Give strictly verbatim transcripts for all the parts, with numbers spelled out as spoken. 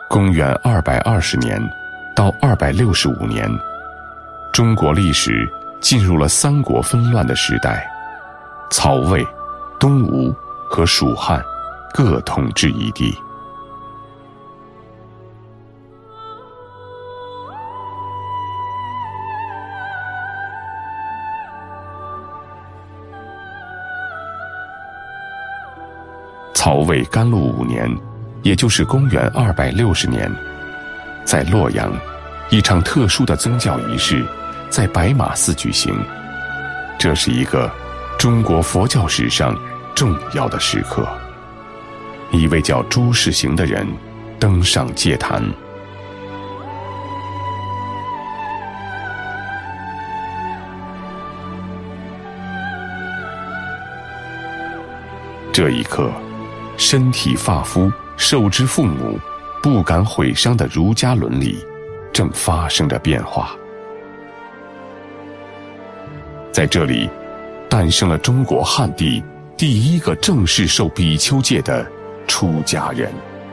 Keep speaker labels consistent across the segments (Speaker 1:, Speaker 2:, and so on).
Speaker 1: 公元二百二十年到二百六十五年，中国历史进入了三国纷乱的时代，曹魏、东吴和蜀汉各统治一地。曹魏甘露五年，也就是公元二百六十年，在洛阳，一场特殊的宗教仪式在白马寺举行。这是一个中国佛教史上重要的时刻。一位叫朱士行的人登上戒坛，这一刻，身体发肤受之父母，不敢毁伤的儒家伦理正发生着变化。在这里，诞生了中国汉地第一个正式受比丘戒的出家人。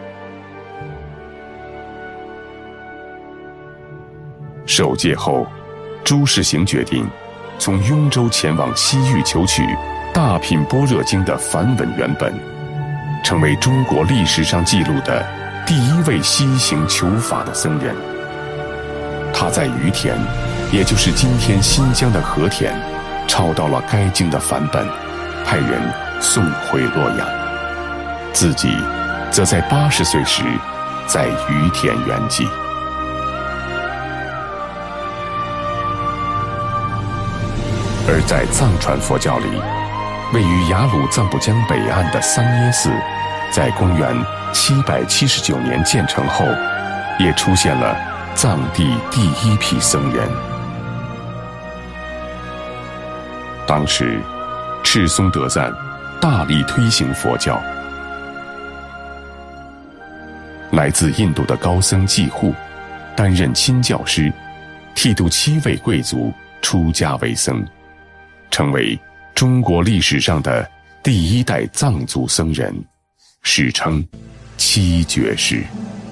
Speaker 1: 受戒后，朱士行决定从雍州前往西域求取《大品般若经》的梵文原本，成为中国历史上记录的第一位西行求法的僧人。他在于田，也就是今天新疆的和田，抄到了该经的梵本，派人送回洛阳，自己则在八十岁时在于田圆寂。而在藏传佛教里，位于雅鲁藏布江北岸的桑耶寺，在公元七百七十九年建成后，也出现了藏地第一批僧人。当时，赤松德赞大力推行佛教，来自印度的高僧济护担任亲教师，剃度七位贵族出家为僧，成为中国历史上的第一代藏族僧人，史称七觉士。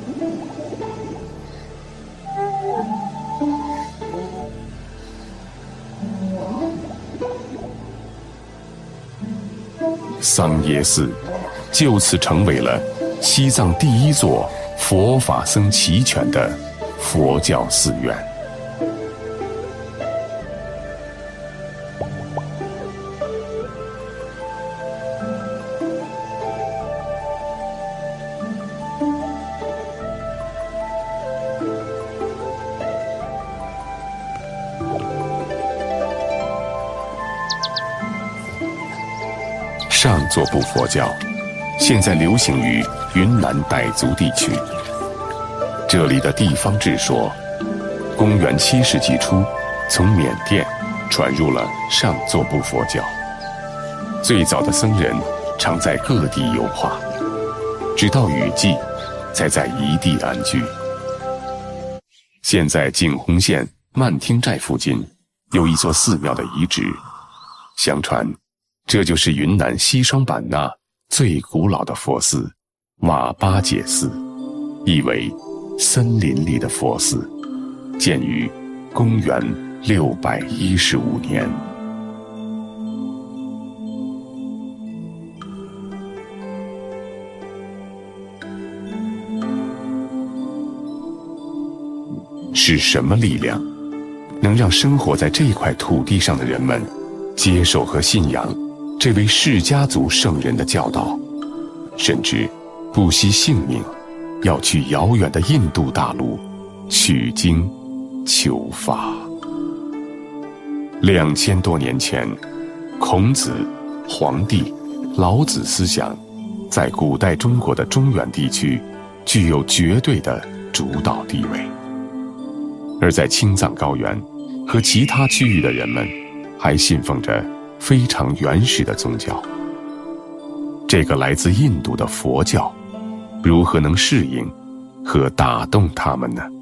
Speaker 1: 桑耶寺就此成为了西藏第一座佛法僧齐全的佛教寺院。上座部佛教现在流行于云南傣族地区，这里的地方志说，公元七世纪初从缅甸传入了上座部佛教，最早的僧人常在各地游化，直到雨季才在一地安居。现在景洪县曼听寨附近有一座寺庙的遗址，相传这就是云南西双版纳最古老的佛寺瓦巴解寺，意为森林里的佛寺，建于公元六百一十五年。是什么力量能让生活在这块土地上的人们接受和信仰这位释迦族圣人的教导，甚至不惜性命要去遥远的印度大陆取经求法？两千多年前，孔子、黄帝、老子思想在古代中国的中原地区具有绝对的主导地位，而在青藏高原和其他区域的人们还信奉着非常原始的宗教。这个来自印度的佛教如何能适应和打动他们呢？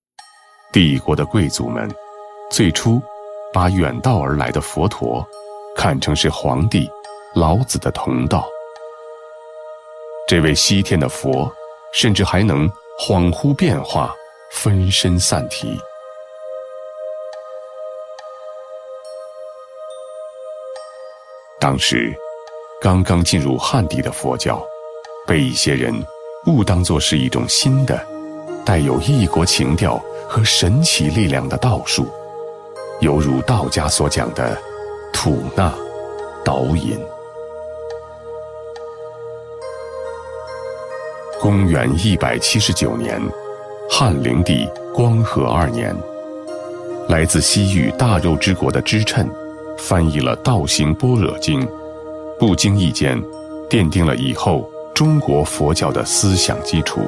Speaker 1: 帝国的贵族们最初把远道而来的佛陀看成是皇帝老子的同道。这位西天的佛，甚至还能恍惚变化，分身散体。当时刚刚进入汉地的佛教，被一些人误当作是一种新的带有异国情调和神奇力量的道术，犹如道家所讲的吐纳导引。公元一百七十九年，汉灵帝光和二年，来自西域大肉之国的支谶翻译了《道行般若经》，不经意间奠定了以后中国佛教的思想基础。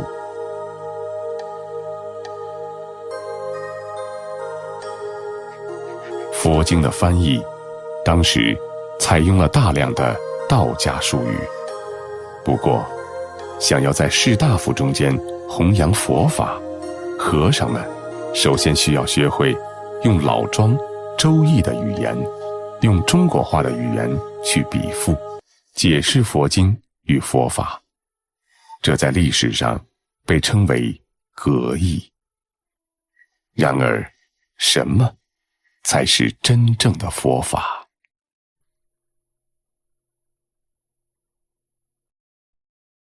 Speaker 1: 佛经的翻译，当时采用了大量的道家术语。不过，想要在士大夫中间弘扬佛法，和尚们首先需要学会用老庄、周易的语言，用中国话的语言去比附、解释佛经与佛法。这在历史上被称为格义。然而，什么才是真正的佛法？